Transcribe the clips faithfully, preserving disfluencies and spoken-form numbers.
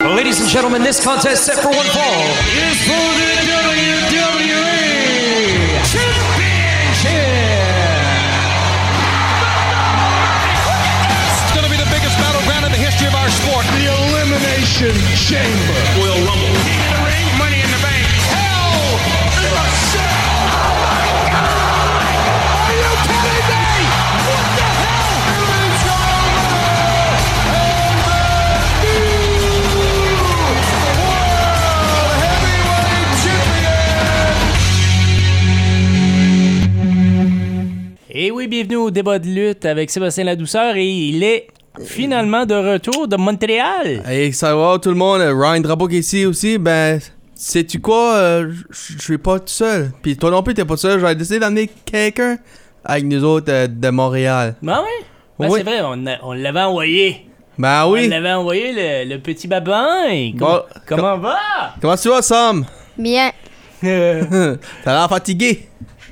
Ladies and gentlemen, this contest set for one fall is for the W W E Championship. It's going to be the biggest battleground in the history of our sport. The Elimination Chamber. Royal Rumble. King of the Ring, Money in the Bank. Hell in a Cell. Oh my God! Are you kidding me? What the hell? It's over! And the new World Heavyweight Champion! Et oui, bienvenue au débat de lutte avec Sébastien Ladouceur et il est finalement de retour de Montréal. Hey, ça va tout le monde? Ryan Drapeau qui est ici aussi. Ben, sais-tu quoi? Euh, Je suis pas tout seul. Puis toi non plus, t'es pas tout seul. J'ai décidé d'amener quelqu'un avec nous autres euh, de Montréal. Ben oui, ben Oui. c'est vrai, on, a- on l'avait envoyé. Ben On oui. l'avait envoyé, le, le petit babin. Com- Bon, comment va? Comment tu vas, Sam? Bien. Euh, T'as l'air fatigué.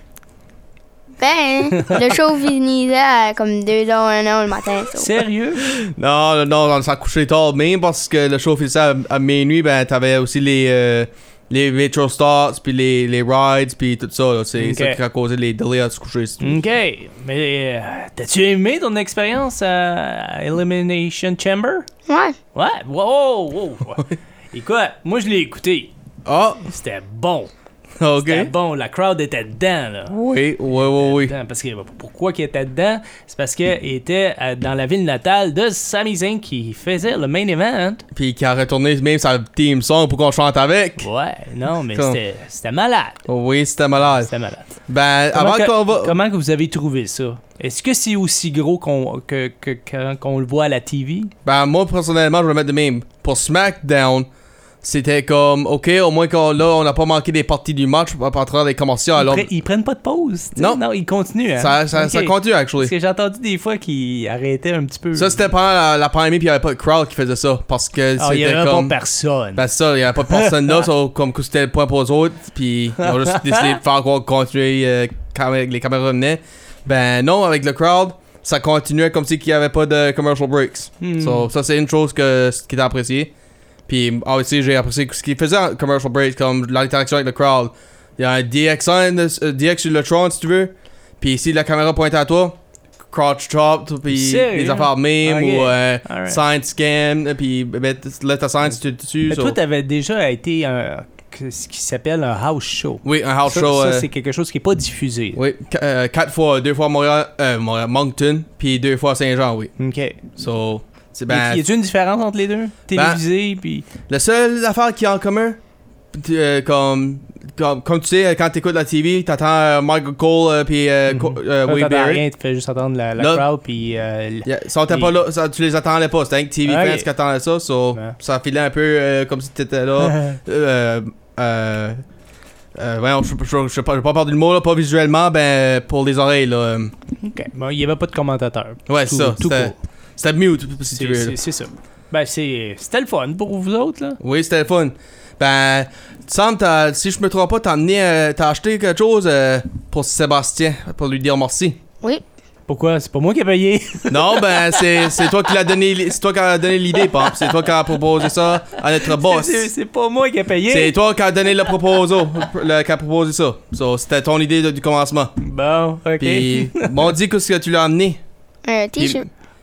Ben, le show finissait à comme deux heures, un heure le matin. so. Sérieux? Non, non, on s'est couché tard. Même parce que le show finissait à, à minuit, ben t'avais aussi les euh, les retro starts, puis les, les rides, puis tout ça. là. C'est Ok. ça qui a causé les délais à se coucher. c'est tout. OK. Mais euh, t'as-tu aimé ton expérience à Elimination Chamber? Ouais. Ouais. Wow, wow, wow. Écoute, moi je l'ai écouté. Ah, C'était bon. C'était ok. bon. La crowd était dedans, là. Oui, oui, oui, oui. Dedans, parce que pourquoi qu'il était dedans? C'est parce qu'il était euh, dans la ville natale de Sami Zayn qui faisait le main event. Puis qui a retourné même sa team song pour qu'on chante avec. Ouais, non, mais Comme- c'était c'était malade. Oui, c'était malade. C'était malade. Ben, Comment, avant que, qu'on va. comment que vous avez trouvé ça? Est-ce que c'est aussi gros qu'on que, que, que- qu'on le voit à la T V? Ben, moi, personnellement, je vais mettre de même. Pour SmackDown, c'était comme, OK, au moins qu'on, là, on n'a pas manqué des parties du match à travers des commerciaux. Ils, Alors, pre- ils prennent pas de pause? tu sais? Non. Non, ils continuent. Hein? ça, ça, ça Ok. continue, Parce actually. que j'ai entendu des fois qu'ils arrêtaient un petit peu. Ça, c'était pendant la, la pandémie, puis il n'y avait pas de crowd qui faisait ça. Parce que Ah, il y c'était avait comme. pas personne. Ben, c'est ça, il n'y avait pas de personne là, so, comme que c'était le point pour eux autres, puis ils ont juste décidé de faire quoi, continuer euh, quand les caméras venaient. Ben, non, avec le crowd, ça continuait comme si qu'il n'y avait pas de commercial breaks. Hmm. So, ça, c'est une chose que, qui était appréciée. Puis, ah, aussi, j'ai apprécié ce qu'il faisait en commercial breaks, comme l'interaction avec le crowd. Il y a un D X un, euh, D X sur le Tron, si tu veux. Puis, si la caméra pointe à toi, crouch chop, puis Sérieux? les affaires meme, Ok. ou euh, Alright. sign scan, puis mettre là, ta sign si tu es dessus. Mais so- toi, t'avais déjà été un, que- ce qui s'appelle un house show. Oui, un house ça, show. ça, euh, c'est quelque chose qui est pas diffusé. oui, qu- euh, quatre fois, deux fois à Montréal, euh, Montréal, Moncton, puis deux fois à Saint-Jean, oui. OK. So, c'est Ben, ben. y a-t-il une différence entre les deux? Télévisé, puis... La seule affaire qu'il y a en commun, tu- euh, comme, comme, comme tu sais, quand t'écoutes la T V, t'entends euh, Michael Cole, euh, puis euh, Mhm. Co- euh, Là, Wade t'entends Barrett. rien, tu fais juste entendre la, la Là- crowd, puis... euh, l- Yeah, ça, t'es Et- pas là, ça, tu les attendais pas, c'était un T V Ok. fans qui attendaient ça, so, Ouais. ça filait un peu euh, comme si t'étais là. euh, euh, euh, voyons, je je- je sais pas, je vais pas parler du mot, là, pas visuellement, ben, pour les oreilles, là. euh, OK. Bon, il y avait pas de commentateur. Ouais, Tout- c'est ça. tout C'était court. c'était mute, si C'est tu veux. là. c'est- c'est ça. Ben, c'est- c'était le fun pour vous autres, là. Oui, c'était le fun. Ben, Sam, t'as- si je me trompe pas, t'as amené, euh, t'as acheté quelque chose euh, pour Sébastien, pour lui dire merci. Oui. Pourquoi? C'est pas moi qui ai payé. Non, ben, c'est c'est toi qui l'as donné, li- c'est toi qui as donné l'idée, Pop. C'est toi qui as proposé ça à notre boss. C'est c'est pas moi qui ai payé. C'est toi qui as donné le proposal, le, qui a proposé ça. So, c'était ton idée de- du commencement. Bon, OK. Puis, bon, dis qu'est-ce que tu l'as amené. Un t-shirt.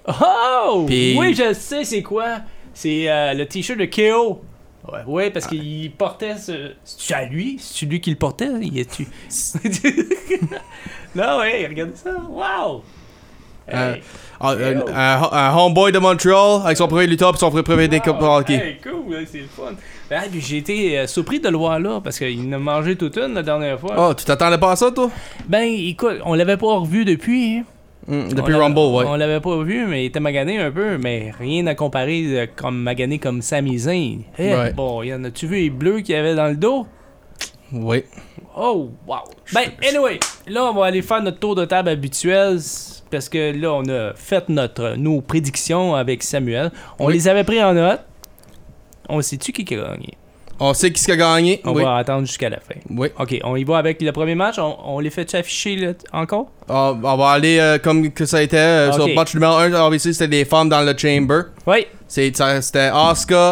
Oh! Puis- Oui, je sais, c'est quoi? C'est euh, le t-shirt de K O. Ouais, ouais, parce qu'il portait ce. C'est-tu à lui? C'est lui qui le portait? Il est-tu. Non, ouais, regardez ça. Wow! Euh, Hey. Un, un- un- un homeboy de Montréal avec son premier lutteur et son premier des copes de Wow. hockey. Hey, cool, c'est le fun. Ben, puis j'ai été euh, surpris de le voir là parce qu'il en a mangé toute une la dernière fois. Oh, tu t'attendais pas à ça, toi? Ben, écoute, on l'avait pas revu depuis. Hein. Hmm, depuis On Rumble, l'avait- ouais. On l'avait pas vu, mais il était magané un peu, mais rien à comparer euh, comme magané comme Sami Zayn. Eh, Ouais. Bon, y en a-tu vu les bleus qu'il y avait dans le dos? Oui. Oh, wow. Ben, anyway, là, on va aller faire notre tour de table habituel parce que là, on a fait notre, nos prédictions avec Samuel. On Oui. les avait pris en note. On sait-tu qui qui a gagné? On sait qui a gagné. On oui. va attendre jusqu'à la fin. Oui. OK, on y va avec le premier match. On, on les fait afficher là, encore? On, on va aller euh, comme que ça a été. Euh, Ok. Sur le match numéro un, obviously, c'était des femmes dans le chamber. Oui. C'est- ça- C'était Asuka,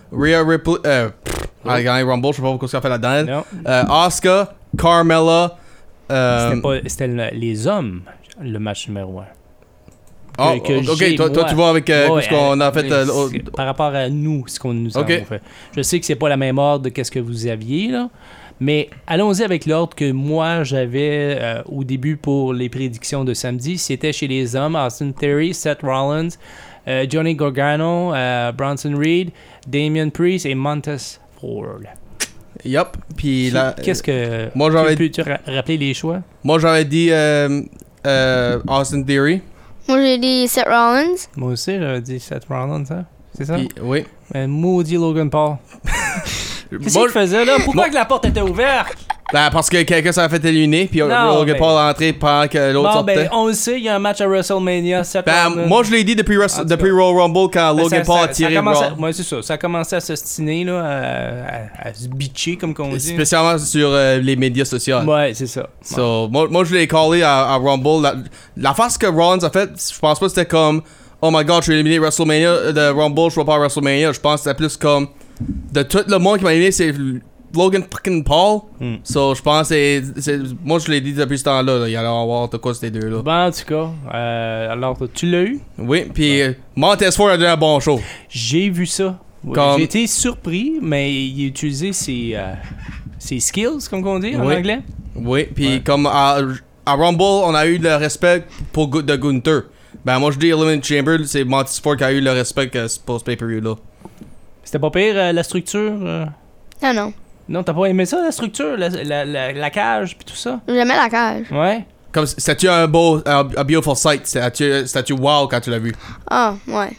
Rhea Ripley. Euh, pff, elle a gagné Rumble, je sais pas pourquoi ça fait là-dedans. elle. Non. Euh, Asuka, Carmella. Euh, C'était, pas, c'était le- les hommes, le match numéro un. oh, que ok, j'ai, toi, toi moi. tu vois avec euh, Ouais, ce qu'on a euh, fait. euh, c'est- au- par rapport à nous, ce qu'on nous Ok. avons fait. Je sais que c'est pas la même ordre de qu'est-ce que vous aviez, là. Mais allons-y avec l'ordre que moi j'avais euh, au début pour les prédictions de samedi. C'était chez les hommes, Austin Theory, Seth Rollins, euh, Johnny Gargano, euh, Bronson Reed, Damian Priest et Montez Ford. Yup. Puis là. Qu'est-ce que... moi, j'avais- Tu peux-tu ra- rappeler les choix? Moi j'avais dit euh, euh, Austin Theory. Moi, j'ai dit Seth Rollins. Moi aussi, j'avais dit Seth Rollins, hein? C'est ça? Puis, oui. Mais maudit Logan Paul. Qu'est-ce Moi, qu'il faisait là? Pourquoi moi- que la porte était ouverte? ben, parce que quelqu'un s'est fait éliminer, puis Non, Logan ben- Paul est entré pendant que l'autre Bon, sortait. ben, on le sait, il y a un match à WrestleMania. Seth Ben, Rollins. moi je l'ai dit depuis, Wrestle- En tout depuis cas. Royal Rumble quand Ben, Logan ça- Paul ça- a tiré ça commençait- Raw. ouais, c'est ça. Ça a commencé à s'ostiner, là, à, à- à se bitcher, comme qu'on dit. Spécialement sur euh, les médias sociaux. Ouais, c'est ça. So, moi, moi je l'ai callé à, à Rumble. La, la face que Rollins a fait, je pense pas que c'était comme oh my god, je suis éliminé WrestleMania, de Rumble, je vais pas à WrestleMania. Je pense que c'était plus comme de tout le monde qui m'a éliminé, c'est Logan fucking Paul. Hmm. So, je pense que c'est, c'est- moi je l'ai dit depuis ce temps-là. Là, il allait avoir de quoi ces deux-là. Bon, en tout cas, euh, alors, tu l'as eu? Oui, puis euh, Montez Ford a donné un bon show. J'ai vu ça. Ouais, Comme- J'ai été surpris, mais il a utilisé ses, euh, ses skills, comme on dit en Oui. anglais. Oui, puis Ouais. comme à, à Rumble, on a eu le respect pour Gu- de Gunther. Ben moi je dis Elimination Chamber, c'est Montez Ford qui a eu le respect que c'est pour ce pay-per-view-là. C'était pas pire, euh, la structure? euh? Non, non. Non, t'as pas aimé ça, la structure, la, la, la, la cage, puis tout ça? J'aimais la cage. Ouais. Comme c'était-tu un beau, un, un beautiful sight, c'était-tu, c'était-tu wow quand tu l'as vu. Ah, ouais.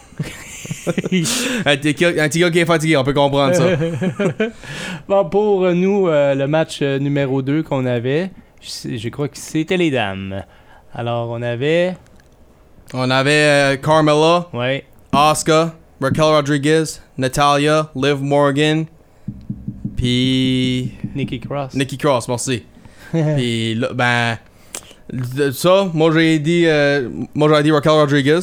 un, petit gars, un petit gars qui est fatigué, on peut comprendre ça. Bon, pour euh, nous, euh, le match euh, numéro deux qu'on avait, je, je crois que c'était les dames. Alors, on avait... On avait euh, Carmella, Ouais. Asuka, Raquel Rodriguez, Natalia, Liv Morgan, puis Nikki Cross. Nikki Cross, merci. Puis là, ben, de- ça, moi j'ai dit, euh, moi j'ai dit Raquel Rodriguez.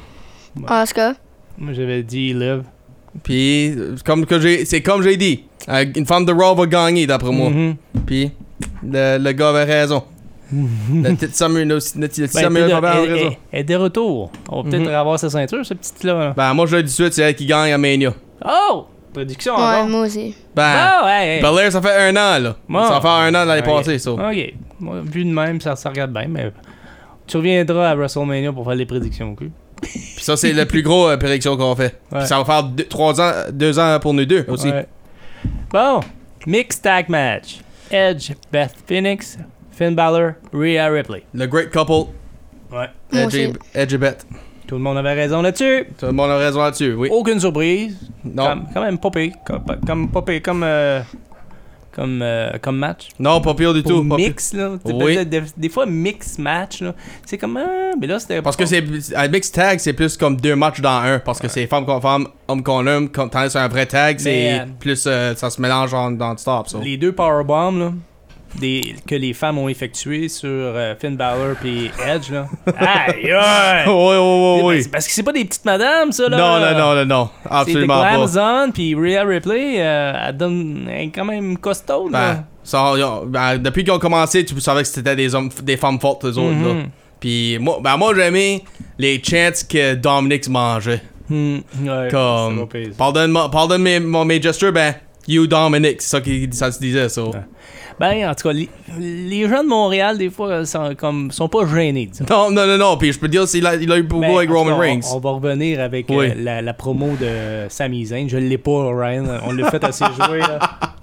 Oscar. Moi, j'avais dit Liv. Puis euh, comme que j'ai, c'est comme j'ai dit, euh, une femme de Raw va gagner d'après moi. Mhm. Puis le, le gars avait raison. Le petit Samuel, le petit Ben, Samuel elle, avait elle- raison. elle- elle est de retour. On va peut-être Mhm. avoir sa ceinture, cette petite-là. Ben moi je le dis tout de suite, c'est elle qui gagne à Mania. Oh! Prédiction Ouais, encore. moi aussi. Ben, Ah, ouais, ouais. Belair ça fait un an là. Bon. Ça fait un an l'année Ok. passée ça. Ok. Moi, vu de même, ça, ça regarde bien, mais tu reviendras à WrestleMania pour faire les prédictions, ok? Puis ça c'est la plus grosse euh, prédiction qu'on fait. Ouais. Puis ça va faire deux, trois ans, deux ans pour nous deux aussi. Ouais. Bon, mixed tag match. Edge, Beth Phoenix, Finn Balor, Rhea Ripley. Le great couple, Ouais. Moi Edge et, aussi. Edge et Beth. Tout le monde avait raison là-dessus. Tout le monde a raison là-dessus, oui. Aucune surprise. Non, Comme, quand même pas pire. Comme, comme, pas pire, comme, euh, comme, euh, comme match. non, pas pire du Pour tout. pas pire. mix, là. Tu sais, Oui. peut-être Des, des fois, mix match, là. C'est comme, ah, mais là, c'était. Parce que c'est un mixed tag, c'est plus comme deux matchs dans un. Parce que c'est femme contre femme, homme contre homme. Quand tandis qu'un vrai tag, c'est Mais, euh, plus. euh, ça se mélange en, dans le stop. So. Les deux powerbombs, là. Des, que les femmes ont effectués sur euh, Finn Balor puis Edge, là. Aïe, aïe! Oui, oui, oui, oui. C'est parce que c'est pas des petites madames, ça, là. Non, non, non, non, non. Absolument c'est des pas. Glamazon, puis Rhea Ripley, euh, elle donne elle est quand même costaud, là. Ben, ça, y a- ben, depuis qu'ils ont commencé, tu savais que c'était des hommes, des femmes fortes, eux autres, là. Mhm. Puis moi, ben, moi j'aimais les chants que Dominic mangeait. Hmm, ouais, Comme, c'est pas pire, ça. pardonne-moi, pardonne mes, mon, mes gestures, ben, you Dominic, c'est ça qui ça se disait, ça. Ouais. Ben, en tout cas, les, les gens de Montréal, des fois, sont, comme, sont pas gênés, disons. Non, non, non, non, puis je peux dire, il a, il a eu beaucoup Mais, avec en tout Roman cas, Reigns. On, on va revenir avec Oui. euh, la, la promo de Sami Zayn. Je l'ai pas, Ryan. On l'a fait assez jouer, là.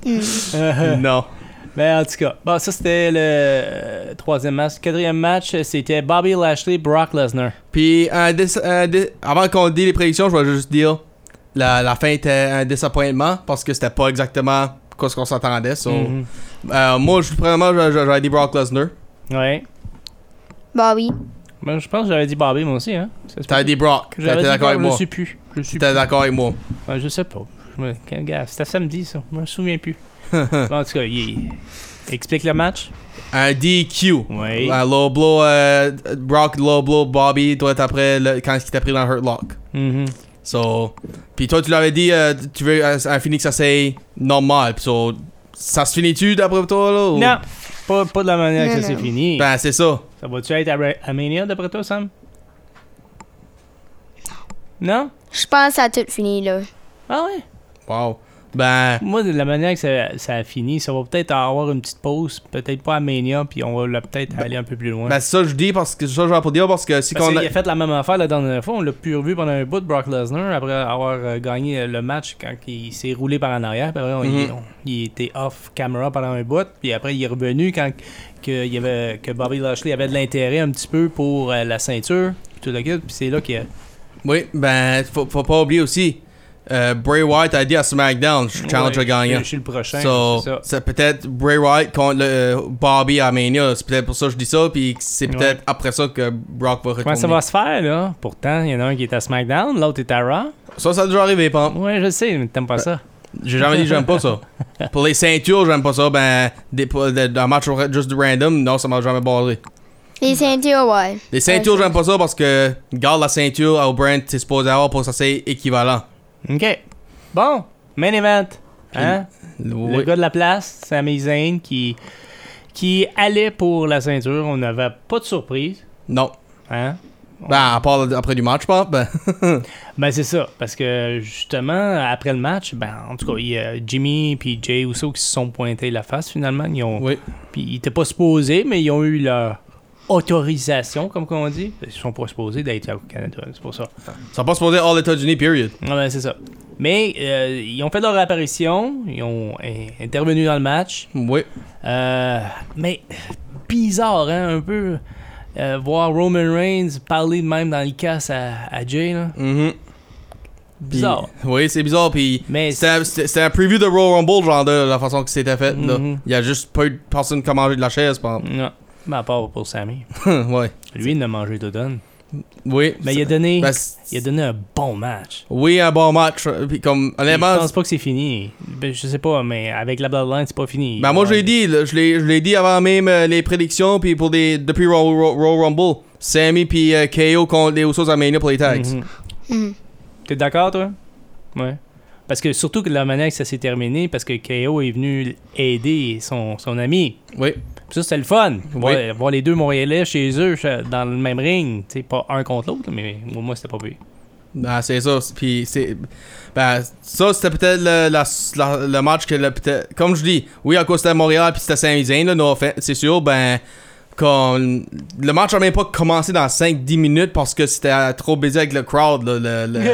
Euh, Non. Mais en tout cas, bon, ça c'était le euh, troisième match. Quatrième match, c'était Bobby Lashley, Brock Lesnar. Puis, un dis- un dis- avant qu'on dise les prédictions, je vais juste dire, la, la fin était un disappointement parce que c'était pas exactement ce qu'on s'attendait. So. Mhm. Euh, moi, je, premièrement, j'a- j'a- j'aurais dit Brock Lesnar. Ouais. Bobby. Ben, je pense que j'avais dit Bobby, moi aussi, hein. Ça se T'avais peut. dit Brock. J'avais T'étais dit d'accord avec Brock, moi. Je sais plus. Je sais T'étais d'accord avec moi. plus. Ouais, je sais pas. Je me... Quel gars, c'était samedi, ça. Je me souviens plus. Bon, en tout cas, il... explique le match. Un D Q. Oui. Un low blow, euh, Brock low blow Bobby doit être après le, quand il était pris dans Hurt Lock. Mhm. So, puis toi, tu l'avais dit, euh, tu veux un, un fini que ça c'est normal. So, ça se finit-tu d'après toi, là? Ou? Non, pas, pas de la manière Non, que ça non. s'est fini. Ben, c'est ça. Ça va-tu être à, Ra- à Mania d'après toi, Sam? Non? Je pense que ça a tout fini, là. Ah ouais? Wow. Ben, Moi, de la manière que ça, ça a fini, ça va peut-être avoir une petite pause, peut-être pas à Mania, puis on va là, peut-être aller un peu plus loin. ben c'est ça que je dis parce que c'est ça que j'ai pour dire parce que si Parce qu'on qu'il a... a fait la même affaire la dernière fois, on l'a plus revu pendant un bout de Brock Lesnar après avoir euh, gagné euh, le match quand il s'est roulé par en arrière. Puis après, on- Mhm. il, on- il était off camera pendant un bout, puis après il est revenu quand que, il y avait, que Bobby Lashley avait de l'intérêt un petit peu pour euh, la ceinture, puis tout le kit, puis c'est là qu'il a... Oui, ben, faut, faut pas oublier aussi. Euh, Bray Wyatt a dit à SmackDown, je challenge Ouais, le gagnant. Je suis le prochain, So, c'est ça. c'est peut-être Bray Wyatt contre le, euh, Bobby à Mania. C'est peut-être pour ça que je dis ça. Puis c'est peut-être Ouais. après ça que Brock va retourner. Comment ça va se faire, là? Pourtant, il y en a un qui est à SmackDown, l'autre est à Raw. Ça, ça a déjà arrivé, Pam. Ouais, je sais, mais t'aimes pas ça. J'ai jamais dit que j'aime pas ça. Pour les ceintures, j'aime pas ça. Ben, des, pour- de- d'un match juste de random, non, ça m'a jamais barré. Les ceintures, ouais. Les ceintures, Ouais, j'aime pas ça parce que, garde la ceinture au brand, t'es supposé avoir pour que ça c'est équivalent. OK. Bon, main event. Hein? Le Oui. gars de la place, Sami Zayn, qui, qui allait pour la ceinture. On n'avait pas de surprise. Non. Hein? Ben, à part après du match, je pense. Ben, Ben, c'est ça. Parce que, justement, après le match, ben, en tout cas, il y a Jimmy et Jay Uso qui se sont pointés la face, finalement. Ils ont, oui. Puis, ils n'étaient pas supposés, mais ils ont eu leur autorisation, comme on dit. Ils sont pas supposés d'être au Canada, c'est pour ça. Ça va pas supposé all États-Unis, period. Ah ben, c'est ça. Mais, euh, ils ont fait leur apparition. Ils ont euh, intervenu dans le match. Oui. Euh, mais bizarre, hein, un peu, euh, voir Roman Reigns parler de même dans le casse à, à Jay, là. Mhm. Bizarre. Puis- oui, c'est bizarre. Puis Mais c'était c'était- c'était un preview de Royal Rumble, genre de la façon que c'était fait. là. Mhm. Il y a juste pas eu de personne qui a mangé de la chaise, par exemple. non, mais à part pour Sammy. ouais. Lui, il a mangé tout donne. Oui. Mais il a donné, Ben, c'est- il a donné un bon match. oui, un bon match. Puis comme, Je honnêtement, pense pas que c'est fini. Ben, je sais pas, mais avec la Bloodline, c'est pas fini. ben moi, je Ouais. l'ai dit, là, je l'ai je l'ai dit avant même euh, les prédictions, puis pour des, depuis Royal, Royal Rumble. Sammy puis euh, K O contre les Usos à Mania pour les tags. Mhm. Mhm. T'es d'accord, toi? Ouais. Parce que surtout que la manière que ça s'est terminé, parce que K O est venu aider son, son ami. Oui. Puis ça, c'était le fun. Oui. Voir, voir les deux Montréalais chez eux ch- dans le même ring. Tu sais, pas un contre l'autre, mais au moins, c'était pas pire. Ben, c'est ça. Puis c'est. Ben, ça, c'était peut-être le, la- la- le match que le peut-être. Comme je dis, oui, à cause c'était Montréal puis c'était Sami Zayn, là, no offense, c'est sûr, ben. Comme, le match a même pas commencé dans cinq dix minutes parce que c'était trop busy avec le crowd. Là, le, le...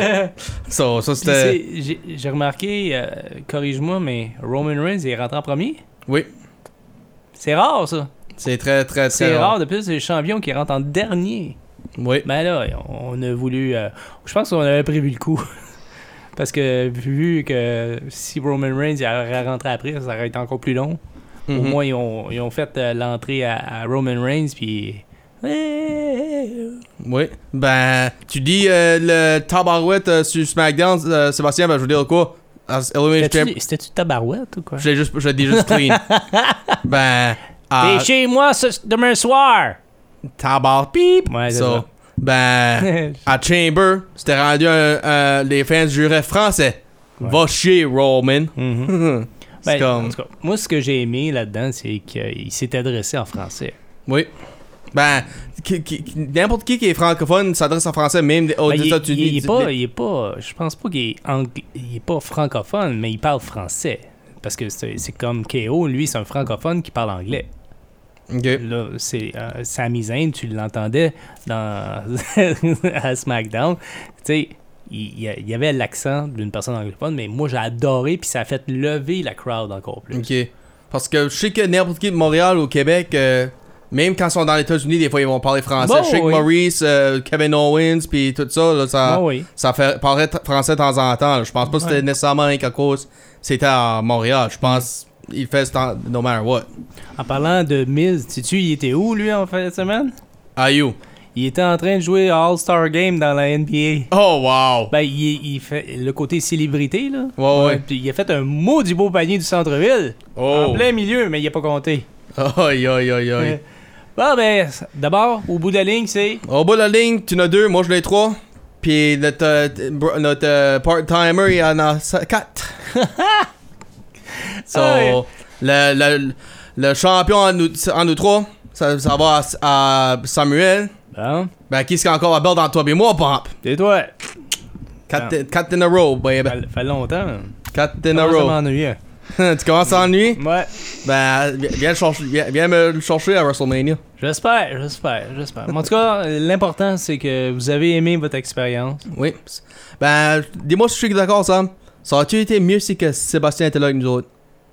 so, ça, Puis c'était. c'est- j'ai j'ai remarqué, euh, corrige-moi, mais Roman Reigns il est rentré en premier. Oui, C'est rare, ça. c'est très, très, très. C'est rare. Depuis, c'est le champion qui rentre en dernier. Oui. Ben là, on a voulu... euh, je pense qu'on avait prévu le coup. Parce que vu que si Roman Reigns il aurait rentré après, ça aurait été encore plus long. Au Mhm. moins, ils ont, ils ont fait euh, l'entrée à, à Roman Reigns, puis... Oui. Ben, tu dis euh, le tabarouette euh, sur SmackDown, euh, Sébastien, ben, je veux dire quoi? As Elimination Chamber. C'était-tu c'était-tu tabarouette ou quoi? Je l'ai juste, je l'ai dit juste clean. ben, à T'es chez moi ce, demain soir! tabar pip. Ouais, c'est So, ça. ben, à Chamber, c'était rendu un, un- les fans juraient français. Ouais. Va chier, Roman. Mhm. c'est Ben, en comme. tout cas, moi, ce que j'ai aimé là-dedans, c'est qu'il s'est adressé en français. Oui. Ben, qui- qui- qui- n'importe qui qui est francophone s'adresse en français, même aux Ben, il, États-Unis. il- il est pas, il est pas, je pense pas qu'il est, ang- il est pas francophone, mais il parle français. Parce que c'est c'est comme K O, lui, c'est un francophone qui parle anglais. Ok. Là, c'est euh, Sami Zayn, tu l'entendais dans à SmackDown. Tu sais, il, il y avait l'accent d'une personne anglophone, mais moi, j'ai adoré, puis ça a fait lever la crowd encore plus. Ok. Parce que je sais que n'importe qui de Montréal ou Québec, euh, même quand ils sont dans les États-Unis, des fois ils vont parler français. Bon, je sais que oui. Maurice, euh, Kevin Owens, puis tout ça, là, ça, Ah oui. ça fait parler t- français de temps en temps. là. Je pense pas que c'était Ouais. nécessairement rien qu'à cause c'était à Montréal. Je pense qu'il fait ça no matter what. En parlant de Miz, sais-tu, il était où, lui, en fin de semaine? Are you? Il était en train de jouer à All-Star Game dans la N B A. Oh wow! Ben, il, il fait le côté célébrité, là. Ouais, ouais. Puis il a fait un maudit beau panier du centre-ville. En Oh! plein milieu, mais il a pas compté. Aïe aïe aïe aïe. Bon, ben, d'abord, au bout de la ligne, c'est... Au bout de la ligne, tu en as deux, moi je l'ai trois. Puis notre, euh, br- notre euh, part-timer, il en a quatre. So, Ouais. le, le, le champion en nous, en nous trois, ça, ça va à, à Samuel. Bon, Ben, qui est-ce qui a encore la belle dans toi et moi, Pomp? c'est toi. Quatre, quatre in a row, baby. Ça fait longtemps. man. Quatre in a Comment ça row. m'ennuie? Tu commences à ennuyer? Ouais. Ben, viens, viens, le chercher- viens, viens me le chercher à WrestleMania. J'espère, j'espère, j'espère. Mais en tout cas, l'important, c'est que vous avez aimé votre expérience. Oui. Ben, dis-moi si je suis d'accord, Sam. Ça aurait-tu été mieux si que Sébastien était là avec nous autres?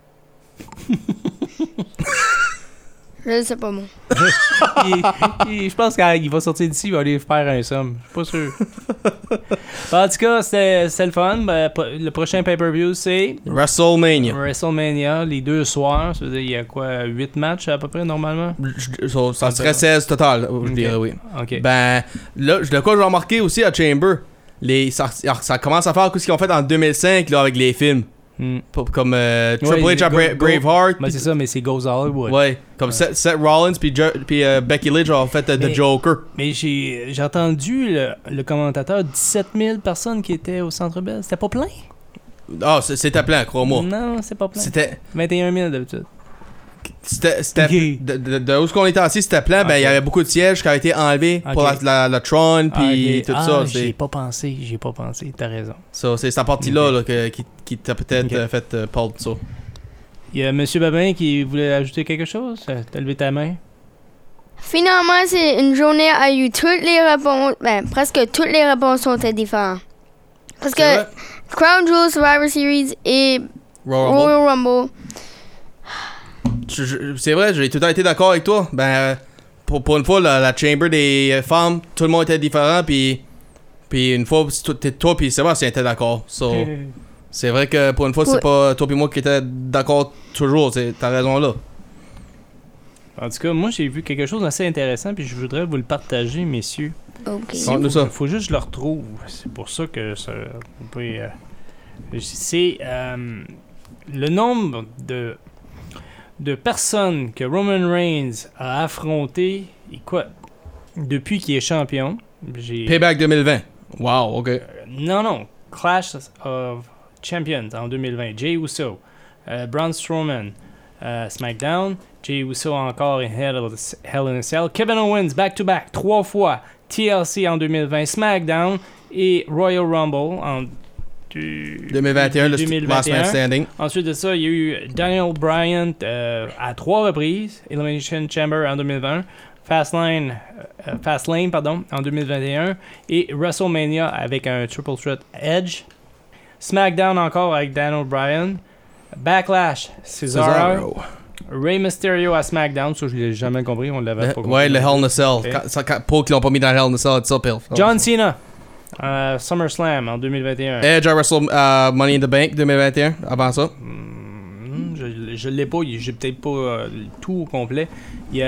Je sais pas, moi. Il- il- je pense qu'il va sortir d'ici, il va aller faire un somme. Je suis pas sûr. Ben, en tout cas, c'était c'était le fun. Ben, po- le prochain pay-per-view, c'est WrestleMania. WrestleMania, les deux soirs. Ça veut dire, il y a quoi, huit matchs à peu près, normalement? Je- Ça, ça serait seize total, je Ok. dirais, oui. OK. Ben, là, de quoi j'ai remarqué aussi à Chamber, les, ça, ça commence à faire ce qu'ils ont fait en deux mille cinq là, avec les films. Hmm. Pas- Comme euh, Triple Ouais, H à Go- Bra- Go- Braveheart. Ben, c'est ça, mais c'est Goes Hollywood. Ouais, comme Seth, Seth Rollins puis Jo- puis, euh, Becky Lynch ont fait euh, Mais- The Joker. Mais j'ai j'ai entendu le, le commentateur, dix-sept mille personnes qui étaient au Centre Bell. C'était pas plein? Ah, c'est- c'était plein, crois-moi. Non, c'est pas plein. C'était, vingt et un mille d'habitude. c'était, c'était Ok. de, de, de où est-ce qu'on était assis, c'était plein. Ben, il y Ok. avait beaucoup de sièges qui avaient été enlevés pour Ok. la, la, la Tron puis Ah, ok. tout Ah, ça. J'y ai C'est, pas pensé, j'y ai pas pensé, t'as raison. ça, c'est cette partie-là Ok. là, que- qui, qui t'a peut-être Ok. euh, fait euh, perdre ça. Il y a M. Babin qui voulait ajouter quelque chose. Euh, T'as levé ta main. Finalement, c'est une journée à eu toutes les réponses. Ben, presque toutes les réponses sont différentes. Parce C'est que vrai? Crown Jewel, Survivor Series et Royal Rumble. Royal Rumble. Je- je- C'est vrai, j'ai tout le temps été d'accord avec toi. Ben, euh, pour, pour une fois, la, la chamber des euh, femmes, tout le monde était différent. Puis, puis une fois, c'est toi, t'es- toi puis Sébastien était d'accord. So, c'est vrai que pour une fois, c'est Ouais. pas toi puis moi qui étaient d'accord toujours. c'est- T'as raison là. En tout cas, moi, j'ai vu quelque chose d'assez intéressant, puis je voudrais vous le partager, messieurs. Ok. Parle-nous ça. Il faut juste que je le retrouve. C'est pour ça que ça. on peut, euh, c'est euh, le nombre de, de personnes que Roman Reigns a affronté et quoi depuis qu'il est champion. J'ai, Payback deux mille vingt. Wow, ok. euh, non, non. Clash of Champions en deux mille vingt. Jey Uso, euh, Braun Strowman, euh, SmackDown. Jey Uso encore in Hell, Hell in a Cell. Kevin Owens back-to-back trois fois. T L C en deux mille vingt. SmackDown et Royal Rumble en du- deux mille vingt et un, le deux mille vingt Last et un. Man Standing. Ensuite de ça, il y a eu Daniel Bryan euh, à trois reprises. Elimination Chamber en deux mille vingt. Fastlane, euh, Fastlane pardon, en deux mille vingt et un. Et WrestleMania avec un Triple Threat Edge. SmackDown encore avec Daniel Bryan. Backlash, Cesaro. Cesaro. Rey Mysterio à SmackDown. Ça, je l'ai jamais compris. On l'avait Le- pas Euh, ouais, le Hell in a Cell. Ok. Quand- ça- quand- Pour qu'ils l'ont pas mis dans le Hell in a Cell, c'est ça, pire. John Cena. euh, SummerSlam en deux mille vingt et un. Edge à Wrestle euh, Money in the Bank deux mille vingt et un. Avant ça. Hmm, je je l'ai pas, j'ai peut-être pas euh, tout au complet. Il y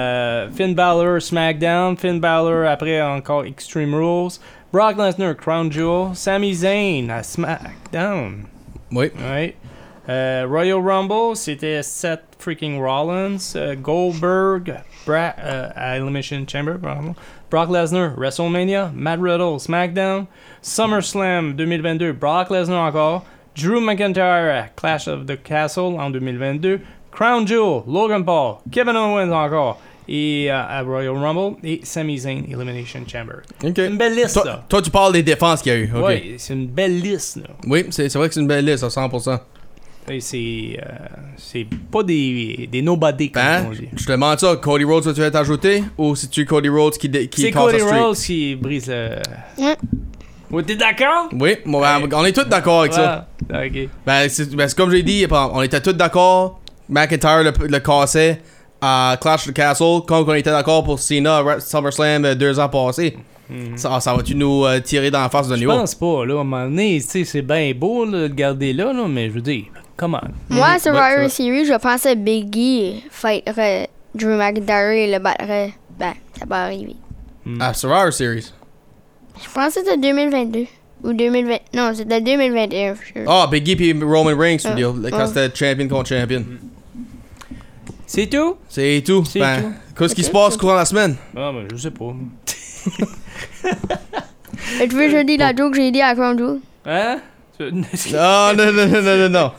a Finn Balor SmackDown, Finn Balor après encore Extreme Rules, Brock Lesnar Crown Jewel, Sami Zayn à SmackDown. Oui. Ouais. Euh, Royal Rumble, c'était Seth freaking Rollins, euh, Goldberg Bra euh, à Elimination Chamber, pardon. Brock Lesnar, WrestleMania, Matt Riddle, SmackDown, SummerSlam deux mille vingt-deux, Brock Lesnar encore, Drew McIntyre, Clash of the Castle en deux mille vingt-deux, Crown Jewel, Logan Paul, Kevin Owens encore, et euh, à Royal Rumble, et Sami Zayn, Elimination Chamber. Ok. C'est une belle liste, Toi, là. toi, tu parles des défenses qu'il y a eu. Ok. Ouais, c'est une belle liste, là. Oui, c'est c'est vrai que c'est une belle liste à cent pour cent. Et C'est euh, c'est pas des, des nobody, comme Ben, on dit. je te demande ça, Cody Rhodes, vas-tu être ajouté ou c'est tu Cody Rhodes qui, dé- qui C'est casse Cody la streak? Rhodes qui brise le... Ouais. Ouais, t'es d'accord? Oui, bon, ben, Ouais. on est tous d'accord avec ça. Ah, ok. Ben, c'est ben, c'est comme j'ai dit, on était tous d'accord. McIntyre le, le cassait à Clash of the Castle, comme on était d'accord pour Cena à SummerSlam euh, deux ans passés. Ça, ça va-tu nous euh, tirer dans la face de Je niveau? pense pas, là. À un moment donné, tu sais, c'est bien beau là, de le garder là, là, mais je veux dire, comment? Moi, à Ouais, Survivor c'est Series, je pensais Biggie fighterait Drew McIntyre et le battrait. Ben, ça va arriver. À Survivor Series. Je pensais que c'était deux mille vingt-deux. Ou deux mille vingt. Non, c'était deux mille vingt et un, for sure. Ah, Big E puis Roman Reigns, tu veux Ah. dire, quand Ah. c'était champion contre champion. C'est tout? C'est tout. C'est Ben, tout. qu'est-ce qui Ok. se passe courant la semaine? Ah, ben, je sais pas. Tu veux que je dise la joke que j'ai dit à Crown Jewel? Hein? Non, non, non, non, non, non, non.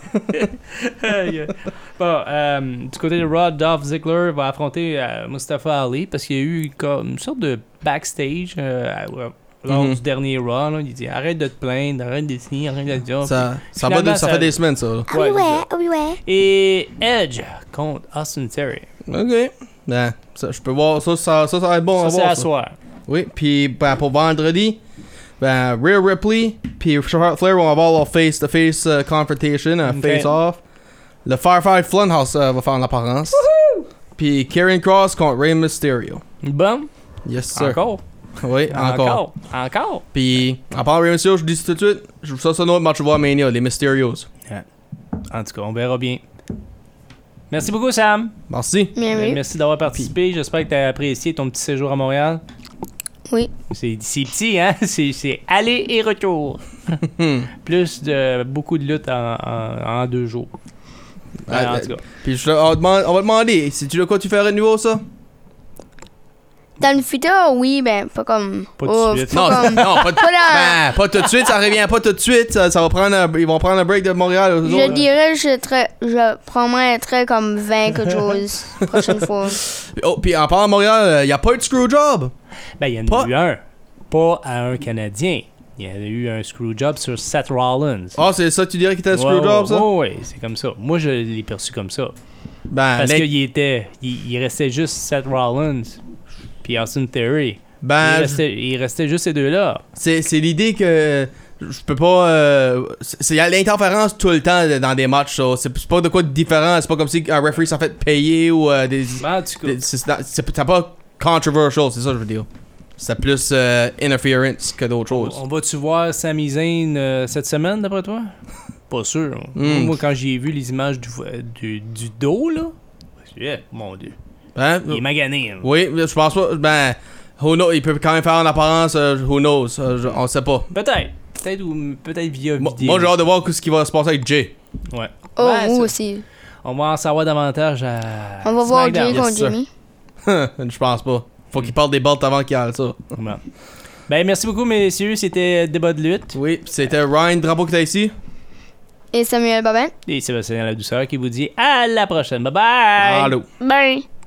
Bon, euh, du côté de Raw, Dolph Ziggler va affronter euh, Mustafa Ali parce qu'il y a eu comme une sorte de backstage euh, lors Mhm. du dernier Raw. Là, il dit arrête de te plaindre, arrête de signer, arrête de dire. Ça, Puis, ça, va de- finalement, ça fait des semaines, ça. là. Ouais, oui, ouais, oui, ouais. Et Edge contre Austin Theory. Ok. Ben, ça, je peux voir. Ça, ça, ça, ça va être bon à Ça, c'est voir. à ça. soir. Oui, puis ben, pour vendredi, ben, Rhea Ripley puis Charlotte Flair vont avoir leur face-to-face uh, confrontation, un Ok. face-off. Le Firefly Funhouse uh, va faire en apparence. Puis Karrion Kross contre Rey Mysterio. Bon, Yes, sir. encore. Oui, encore. Encore. Encore. Puis, à part Rey Mysterio, je dis tout de suite, je ça, c'est un autre match à voir à Mania, les Mysterios. En tout cas, on verra bien. Merci beaucoup, Sam. Merci. Bien Euh, oui. Merci d'avoir participé. J'espère que tu as apprécié ton petit séjour à Montréal. Oui. C'est c'est petit, hein? C'est c'est aller et retour. Plus de beaucoup de luttes en, en, en deux jours. Ben, Ah, en euh, tout cas. Puis, je- on va demander, on va demander, si tu de quoi tu ferais de nouveau, ça? Dans le futur, oui, ben, pas comme. Pas tout de oh, suite. pas Non, comme- non, pas, de- Pas dans- ben, pas tout de suite, ça revient pas tout de suite. Ça, ça va prendre un- ils vont prendre un break de Montréal. eux Je autres. dirais, je serais, je probablement être comme vingt quelque chose prochaine fois. Oh, puis en parlant de Montréal, il n'y a pas eu de screwjob. Ben, il y en Pas- a eu un. Pas à un Canadien. Il y en a eu un screwjob sur Seth Rollins. Ah, c'est ça que tu dirais qu'il était un Ouais, screwjob, ouais, ça? ouais, ouais, c'est comme ça. Moi, je l'ai perçu comme ça. Ben, Parce l'in- qu'il était. Il, il restait juste Seth Rollins. Puis Austin Theory. ben, il, restait, il restait juste ces deux-là. c'est c'est l'idée que je peux pas. euh, c'est- Il y a l'interférence tout le temps dans des matchs. ça. C'est c'est pas de quoi de différent. C'est pas comme si un referee s'en fait payer ou euh, des. En tout cas. des- C'est c'est- c'est pas controversial, c'est ça que je veux dire. C'est plus euh, interference que d'autres choses. On va-tu voir Sami Zayn euh, cette semaine, d'après toi? Pas sûr. Mm. Moi, quand j'ai vu les images du, du, du dos, là, yeah, mon Dieu. Hein? Il est magané. Là. Oui, je pense pas. Ben, who knows, il peut quand même faire en apparence, euh, who knows, euh, je- on sait pas. Peut-être. Peut-être ou peut-être via Moi, vidéo. moi, j'ai hâte de voir ce qui va se passer avec Jay. Ouais. Oh, Ouais, moi ça- aussi. On va en savoir davantage à. On va voir SmackDown. Jay contre yes, sir. Jimmy. Je pense pas. Faut qu'il parle des belts avant qu'il aille ça. Bon. Ben, merci beaucoup, messieurs. C'était Débat de lutte. Oui, c'était Ryan Drapeau qui était ici. Et Samuel Babin. Et Sébastien La Douceur qui vous dit à la prochaine. Bye bye! Allô. Bye.